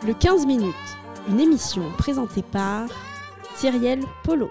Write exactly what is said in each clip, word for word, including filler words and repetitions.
Le quinze minutes, une émission présentée par Cyrielle Polo.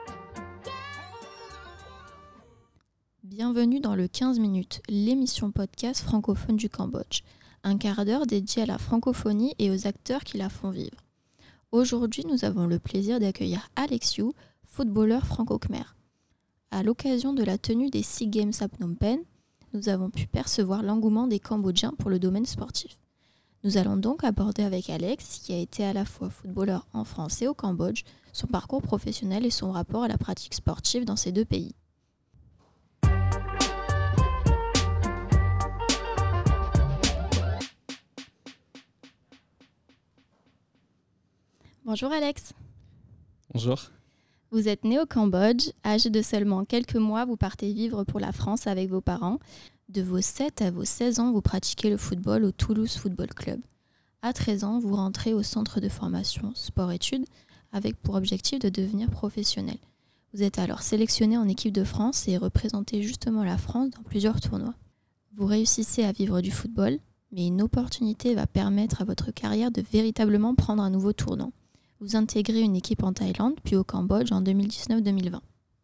Bienvenue dans le quinze minutes, l'émission podcast francophone du Cambodge. Un quart d'heure dédié à la francophonie et aux acteurs qui la font vivre. Aujourd'hui, nous avons le plaisir d'accueillir Alexiou, footballeur franco-khmer. À l'occasion de la tenue des Sea Games à Phnom Penh, nous avons pu percevoir l'engouement des Cambodgiens pour le domaine sportif. Nous allons donc aborder avec Alex, qui a été à la fois footballeur en France et au Cambodge, son parcours professionnel et son rapport à la pratique sportive dans ces deux pays. Bonjour Alex. Bonjour. Vous êtes né au Cambodge, âgé de seulement quelques mois, vous partez vivre pour la France avec vos parents. De vos sept à vos seize ans, vous pratiquez le football au Toulouse Football Club. À treize ans, vous rentrez au centre de formation sport-études avec pour objectif de devenir professionnel. Vous êtes alors sélectionné en équipe de France et représentez justement la France dans plusieurs tournois. Vous réussissez à vivre du football, mais une opportunité va permettre à votre carrière de véritablement prendre un nouveau tournant. Vous intégrez une équipe en Thaïlande, puis au Cambodge en deux mille dix-neuf deux mille vingt.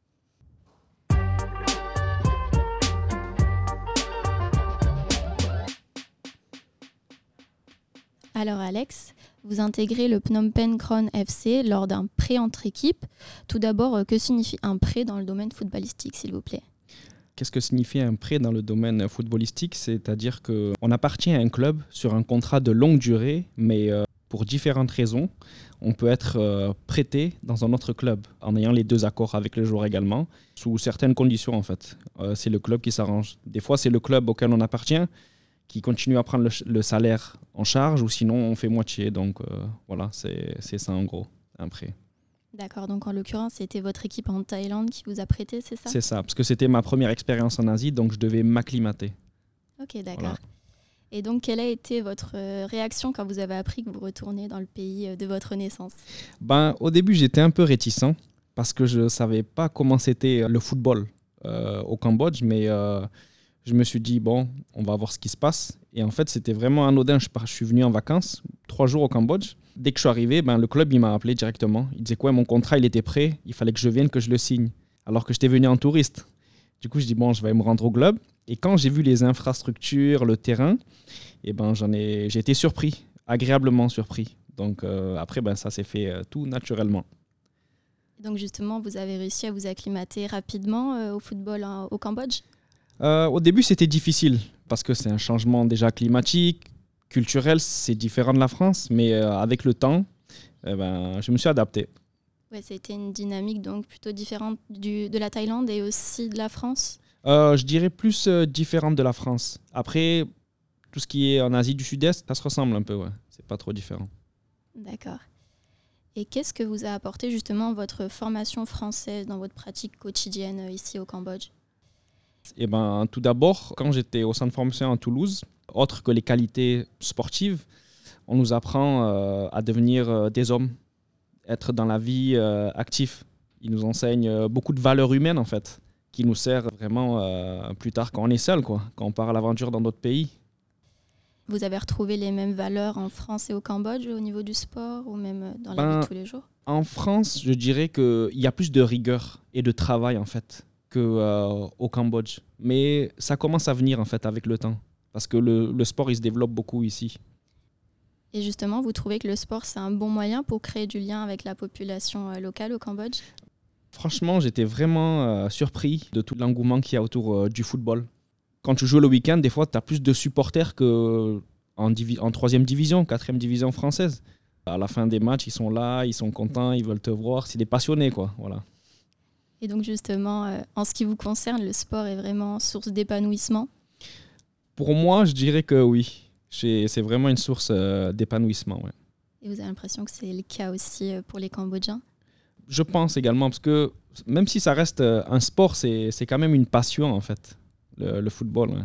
Alors Alex, vous intégrez le Phnom Penh Crown F C lors d'un prêt entre équipes. Tout d'abord, que signifie un prêt dans le domaine footballistique, s'il vous plaît ? Qu'est-ce que signifie un prêt dans le domaine footballistique ? C'est-à-dire qu'on appartient à un club sur un contrat de longue durée, mais euh, pour différentes raisons, on peut être euh, prêté dans un autre club en ayant les deux accords avec le joueur également, sous certaines conditions en fait. Euh, c'est le club qui s'arrange. Des fois, c'est le club auquel on appartient qui continue à prendre le, le salaire en charge, ou sinon on fait moitié. Donc euh, voilà, c'est, c'est ça en gros, un prêt. D'accord, donc en l'occurrence, c'était votre équipe en Thaïlande qui vous a prêté, c'est ça ? C'est ça, parce que c'était ma première expérience en Asie, donc je devais m'acclimater. Ok, d'accord. Voilà. Et donc, quelle a été votre réaction quand vous avez appris que vous retournez dans le pays de votre naissance ? Ben, au début, j'étais un peu réticent parce que je ne savais pas comment c'était le football euh, au Cambodge, mais euh, je me suis dit, bon, on va voir ce qui se passe. Et en fait, c'était vraiment anodin. Je, je suis venu en vacances, trois jours au Cambodge. Dès que je suis arrivé, ben, le club il m'a appelé directement. Il disait quoi, mon contrat il était prêt, il fallait que je vienne, que je le signe, alors que j'étais venu en touriste. Du coup, je dis, bon, je vais me rendre au club. Et quand j'ai vu les infrastructures, le terrain, eh ben, j'en ai, j'ai été surpris, agréablement surpris. Donc euh, après, ben, ça s'est fait euh, tout naturellement. Donc justement, vous avez réussi à vous acclimater rapidement euh, au football hein, au Cambodge ? euh, Au début, c'était difficile parce que c'est un changement déjà climatique, culturel, c'est différent de la France. Mais euh, avec le temps, eh ben, je me suis adapté. Ouais, c'était une dynamique donc plutôt différente du, de la Thaïlande et aussi de la France ? Euh, je dirais plus euh, différente de la France. Après, tout ce qui est en Asie du Sud-Est, ça se ressemble un peu, ouais. C'est pas trop différent. D'accord. Et qu'est-ce que vous a apporté justement votre formation française dans votre pratique quotidienne ici au Cambodge ? Eh ben, tout d'abord, quand j'étais au centre de formation à Toulouse, autre que les qualités sportives, on nous apprend euh, à devenir euh, des hommes, être dans la vie euh, active. Ils nous enseignent euh, beaucoup de valeurs humaines en fait, qui nous sert vraiment euh, plus tard quand on est seul, quoi, quand on part à l'aventure dans d'autres pays. Vous avez retrouvé les mêmes valeurs en France et au Cambodge au niveau du sport ou même dans la ben, vie de tous les jours ? En France, je dirais qu'il y a plus de rigueur et de travail en fait qu'au euh, Cambodge. Mais ça commence à venir en fait avec le temps, parce que le, le sport il se développe beaucoup ici. Et justement, vous trouvez que le sport c'est un bon moyen pour créer du lien avec la population euh, locale au Cambodge ? Franchement, j'étais vraiment euh, surpris de tout l'engouement qu'il y a autour euh, du football. Quand tu joues le week-end, des fois, tu as plus de supporters qu'en divi- en troisième division, quatrième division française. À la fin des matchs, ils sont là, ils sont contents, ils veulent te voir. C'est des passionnés, quoi. Voilà. Et donc justement, euh, en ce qui vous concerne, le sport est vraiment source d'épanouissement ? Pour moi, je dirais que oui. C'est, c'est vraiment une source euh, d'épanouissement. Ouais. Et vous avez l'impression que c'est le cas aussi euh, pour les Cambodgiens ? Je pense également, parce que même si ça reste un sport, c'est, c'est quand même une passion, en fait, le, le football. Ouais.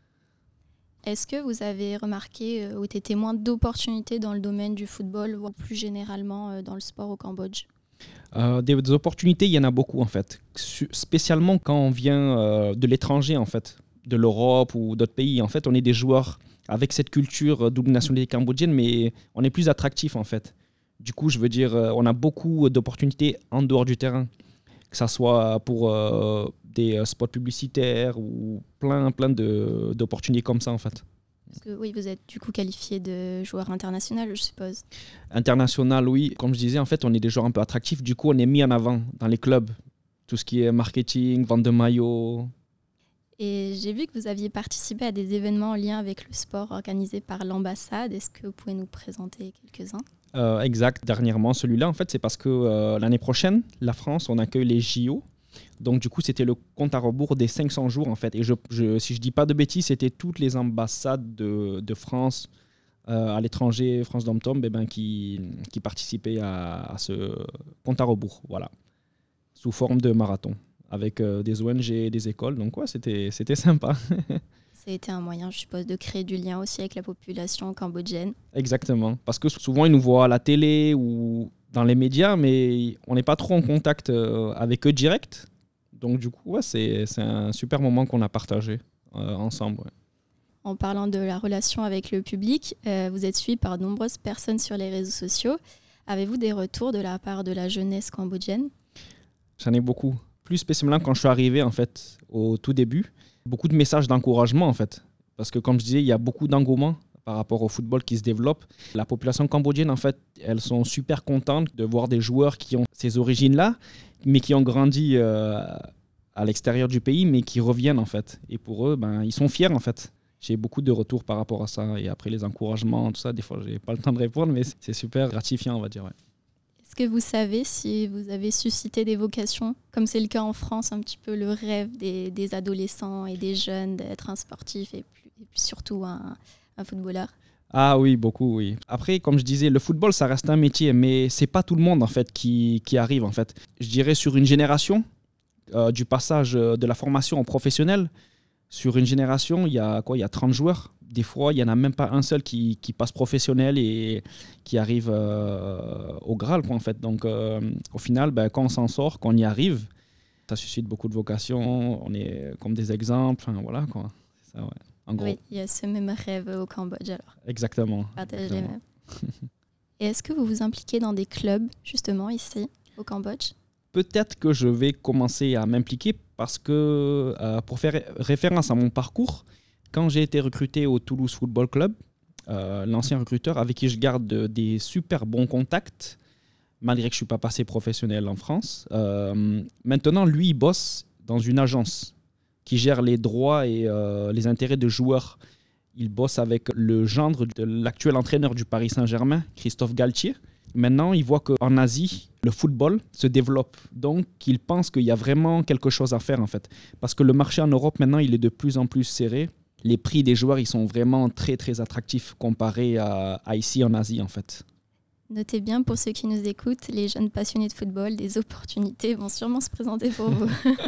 Est-ce que vous avez remarqué euh, ou été témoin d'opportunités dans le domaine du football ou plus généralement euh, dans le sport au Cambodge ? euh, des, des opportunités, il y en a beaucoup, en fait. Spécialement quand on vient euh, de l'étranger, en fait, de l'Europe ou d'autres pays. En fait, on est des joueurs avec cette culture double nationalité cambodgienne, mais on est plus attractif en fait. Du coup, je veux dire, on a beaucoup d'opportunités en dehors du terrain, que ça soit pour euh, des spots publicitaires ou plein, plein de, d'opportunités comme ça en fait. Parce que oui, vous êtes du coup qualifié de joueur international, je suppose. International, oui. Comme je disais, en fait, on est des joueurs un peu attractifs. Du coup, on est mis en avant dans les clubs. Tout ce qui est marketing, vente de maillots. Et j'ai vu que vous aviez participé à des événements en lien avec le sport organisés par l'ambassade. Est-ce que vous pouvez nous présenter quelques-uns ? euh, Exact. Dernièrement, celui-là, en fait, c'est parce que euh, l'année prochaine, la France, on accueille les J O. Donc, du coup, c'était le compte à rebours des cinq cents jours, en fait. Et je, je, si je ne dis pas de bêtises, c'était toutes les ambassades de, de France euh, à l'étranger, France Dom-Tom, eh ben, qui, qui participaient à, à ce compte à rebours, voilà, sous forme de marathon, avec euh, des O N G, des écoles. Donc, ouais, c'était, c'était sympa. Ça a été un moyen, je suppose, de créer du lien aussi avec la population cambodgienne. Exactement. Parce que souvent, ils nous voient à la télé ou dans les médias, mais on n'est pas trop en contact euh, avec eux direct. Donc, du coup, ouais, c'est, c'est un super moment qu'on a partagé euh, ensemble. Ouais. En parlant de la relation avec le public, euh, vous êtes suivi par de nombreuses personnes sur les réseaux sociaux. Avez-vous des retours de la part de la jeunesse cambodgienne ? J'en ai beaucoup. Plus spécialement quand je suis arrivé, en fait, au tout début. Beaucoup de messages d'encouragement, en fait. Parce que, comme je disais, il y a beaucoup d'engouement par rapport au football qui se développe. La population cambodgienne, en fait, elles sont super contentes de voir des joueurs qui ont ces origines-là, mais qui ont grandi euh, à l'extérieur du pays, mais qui reviennent, en fait. Et pour eux, ben, ils sont fiers, en fait. J'ai beaucoup de retours par rapport à ça. Et après, les encouragements, tout ça, des fois, je n'ai pas le temps de répondre, mais c'est super gratifiant, on va dire. Ouais. Est-ce que vous savez si vous avez suscité des vocations, comme c'est le cas en France, un petit peu le rêve des, des adolescents et des jeunes d'être un sportif et puis, et puis surtout un, un footballeur ? Ah oui, beaucoup, oui. Après, comme je disais, le football, ça reste un métier, mais c'est pas tout le monde, en fait, qui, qui arrive, en fait. Je dirais sur une génération, euh, du passage de la formation au professionnel, sur une génération, il y a quoi ? Il y a trente joueurs. Des fois, il n'y en a même pas un seul qui, qui passe professionnel et qui arrive euh, au Graal, quoi, en fait. Donc, euh, au final, ben, quand on s'en sort, quand on y arrive, ça suscite beaucoup de vocations. On est comme des exemples. Enfin, voilà, quoi. C'est ça, ouais. En gros. Oui, il y a ce même rêve au Cambodge, alors. Exactement. Partagez les mêmes. Et est-ce que vous vous impliquez dans des clubs, justement, ici, au Cambodge ? Peut-être que je vais commencer à m'impliquer parce que, euh, pour faire référence à mon parcours, quand j'ai été recruté au Toulouse Football Club, euh, l'ancien recruteur avec qui je garde de, des super bons contacts, malgré que je ne suis pas passé professionnel en France, euh, maintenant, lui, il bosse dans une agence qui gère les droits et euh, les intérêts de joueurs. Il bosse avec le gendre de l'actuel entraîneur du Paris Saint-Germain, Christophe Galtier. Maintenant, il voit qu'en Asie, le football se développe. Donc, il pense qu'il y a vraiment quelque chose à faire, en fait. Parce que le marché en Europe, maintenant, il est de plus en plus serré. Les prix des joueurs, ils sont vraiment très, très attractifs comparés à, à ici, en Asie, en fait. Notez bien, pour ceux qui nous écoutent, les jeunes passionnés de football, des opportunités vont sûrement se présenter pour vous.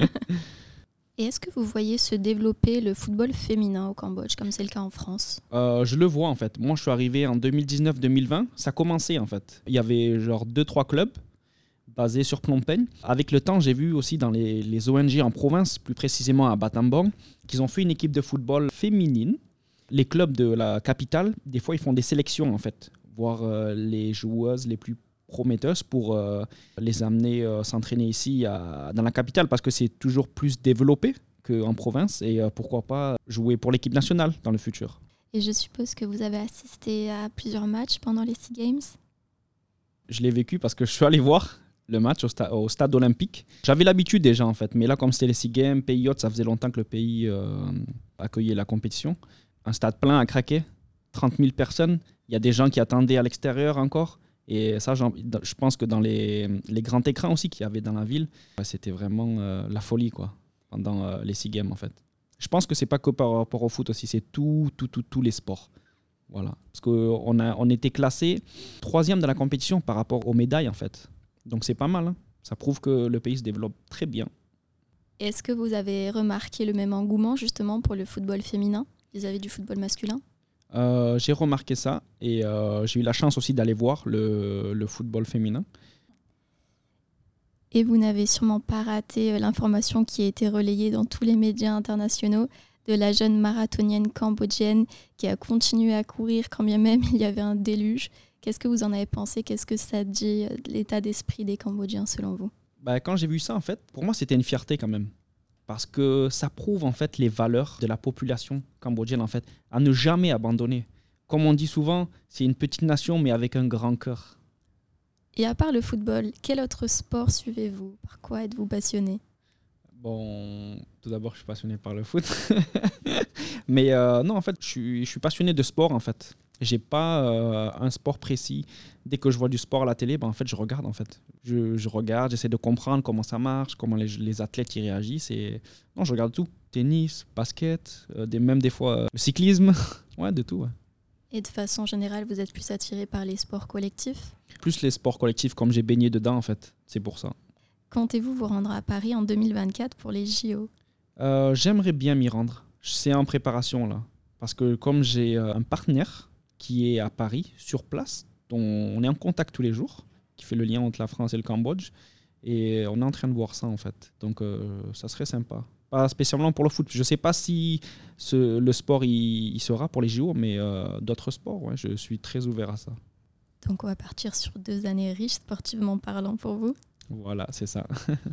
Et est-ce que vous voyez se développer le football féminin au Cambodge, comme c'est le cas en France ? euh, Je le vois, en fait. Moi, je suis arrivé en deux mille dix-neuf deux mille vingt. Ça commençait, en fait. Il y avait genre deux trois clubs basés sur Phnom Penh. Avec le temps, j'ai vu aussi dans les, les O N G en province, plus précisément à Battambang, qu'ils ont fait une équipe de football féminine. Les clubs de la capitale, des fois, ils font des sélections, en fait. Voir euh, les joueuses les plus prometteuses pour euh, les amener euh, s'entraîner ici à, dans la capitale parce que c'est toujours plus développé qu'en province et euh, pourquoi pas jouer pour l'équipe nationale dans le futur. Et je suppose que vous avez assisté à plusieurs matchs pendant les Sea Games ? Je l'ai vécu parce que je suis allé voir le match au, sta- au stade olympique. J'avais l'habitude déjà en fait, mais là comme c'était les Sea Games, pays hôte, ça faisait longtemps que le pays euh, accueillait la compétition. Un stade plein à craquer, trente mille personnes, il y a des gens qui attendaient à l'extérieur encore. Et ça, je pense que dans les, les grands écrans aussi qu'il y avait dans la ville, c'était vraiment euh, la folie quoi, pendant euh, les Sea Games en fait. Je pense que c'est pas que par rapport au foot aussi, c'est tout, tout, tout, tous les sports. Voilà. Parce qu'on a, on était classé troisième de la compétition par rapport aux médailles en fait. Donc c'est pas mal. Hein. Ça prouve que le pays se développe très bien. Est-ce que vous avez remarqué le même engouement justement pour le football féminin vis-à-vis du football masculin ? Euh, j'ai remarqué ça et euh, j'ai eu la chance aussi d'aller voir le, le football féminin. Et vous n'avez sûrement pas raté l'information qui a été relayée dans tous les médias internationaux. de la jeune marathonienne cambodgienne qui a continué à courir quand bien même il y avait un déluge. Qu'est-ce que vous en avez pensé? Qu'est-ce que ça dit de l'état d'esprit des Cambodgiens selon vous? Bah, quand j'ai vu ça, en fait, pour moi, c'était une fierté quand même. Parce que ça prouve en fait les valeurs de la population cambodgienne, en fait, à ne jamais abandonner. Comme on dit souvent, c'est une petite nation, mais avec un grand cœur. Et à part le football, quel autre sport suivez-vous? Par quoi êtes-vous passionné? Bon, tout d'abord, je suis passionné par le foot. Mais euh, non, en fait, je suis, je suis passionné de sport, en fait. J'ai pas euh, un sport précis. Dès que je vois du sport à la télé, ben, en fait, je regarde, en fait. Je, je regarde, j'essaie de comprendre comment ça marche, comment les, les athlètes y réagissent. Et... Non, je regarde tout. Tennis, basket, euh, des, même des fois euh, le cyclisme. Ouais, de tout, ouais. Et de façon générale, vous êtes plus attiré par les sports collectifs? Plus les sports collectifs, comme j'ai baigné dedans, en fait. C'est pour ça. Comptez-vous vous rendre à Paris en deux mille vingt-quatre pour les J O? euh, J'aimerais bien m'y rendre. C'est en préparation, là. Parce que comme j'ai euh, un partenaire qui est à Paris, sur place, dont on est en contact tous les jours, qui fait le lien entre la France et le Cambodge, et on est en train de voir ça, en fait. Donc, euh, ça serait sympa. Pas spécialement pour le foot. Je ne sais pas si ce, le sport il, il sera pour les J O, mais euh, d'autres sports, ouais, je suis très ouvert à ça. Donc on va partir sur deux années riches sportivement parlant pour vous. Voilà, c'est ça.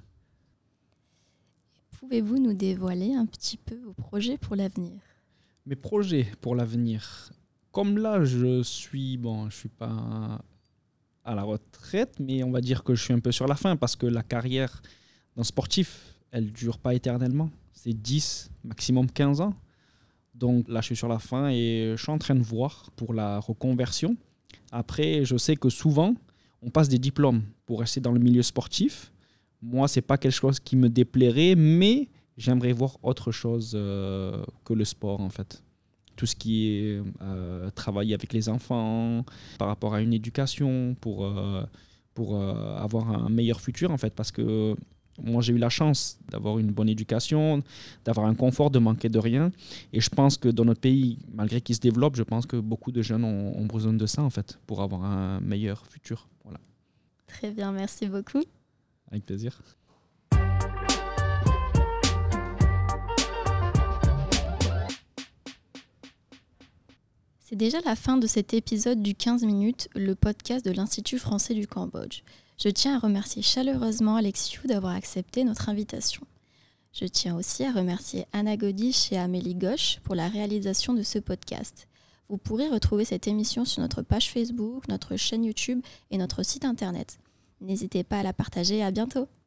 Pouvez-vous nous dévoiler un petit peu vos projets pour l'avenir? Mes projets pour l'avenir. Comme là, je suis, bon, je suis pas à la retraite, mais on va dire que je suis un peu sur la fin parce que la carrière d'un sportif, elle ne dure pas éternellement. C'est dix, maximum quinze ans. Donc là, je suis sur la fin et je suis en train de voir pour la reconversion. Après, je sais que souvent, on passe des diplômes pour rester dans le milieu sportif. Moi, ce n'est pas quelque chose qui me déplairait, mais j'aimerais voir autre chose euh, que le sport, en fait. Tout ce qui est euh, travailler avec les enfants, par rapport à une éducation, pour, euh, pour euh, avoir un meilleur futur, en fait, parce que moi, j'ai eu la chance d'avoir une bonne éducation, d'avoir un confort, de manquer de rien. Et je pense que dans notre pays, malgré qu'il se développe, je pense que beaucoup de jeunes ont, ont besoin de ça, en fait, pour avoir un meilleur futur. Voilà. Très bien, merci beaucoup. Avec plaisir. C'est déjà la fin de cet épisode du quinze minutes, le podcast de l'Institut français du Cambodge. Je tiens à remercier chaleureusement Alexiou d'avoir accepté notre invitation. Je tiens aussi à remercier Anna Godiche et Amélie Gauche pour la réalisation de ce podcast. Vous pourrez retrouver cette émission sur notre page Facebook, notre chaîne YouTube et notre site internet. N'hésitez pas à la partager. À bientôt.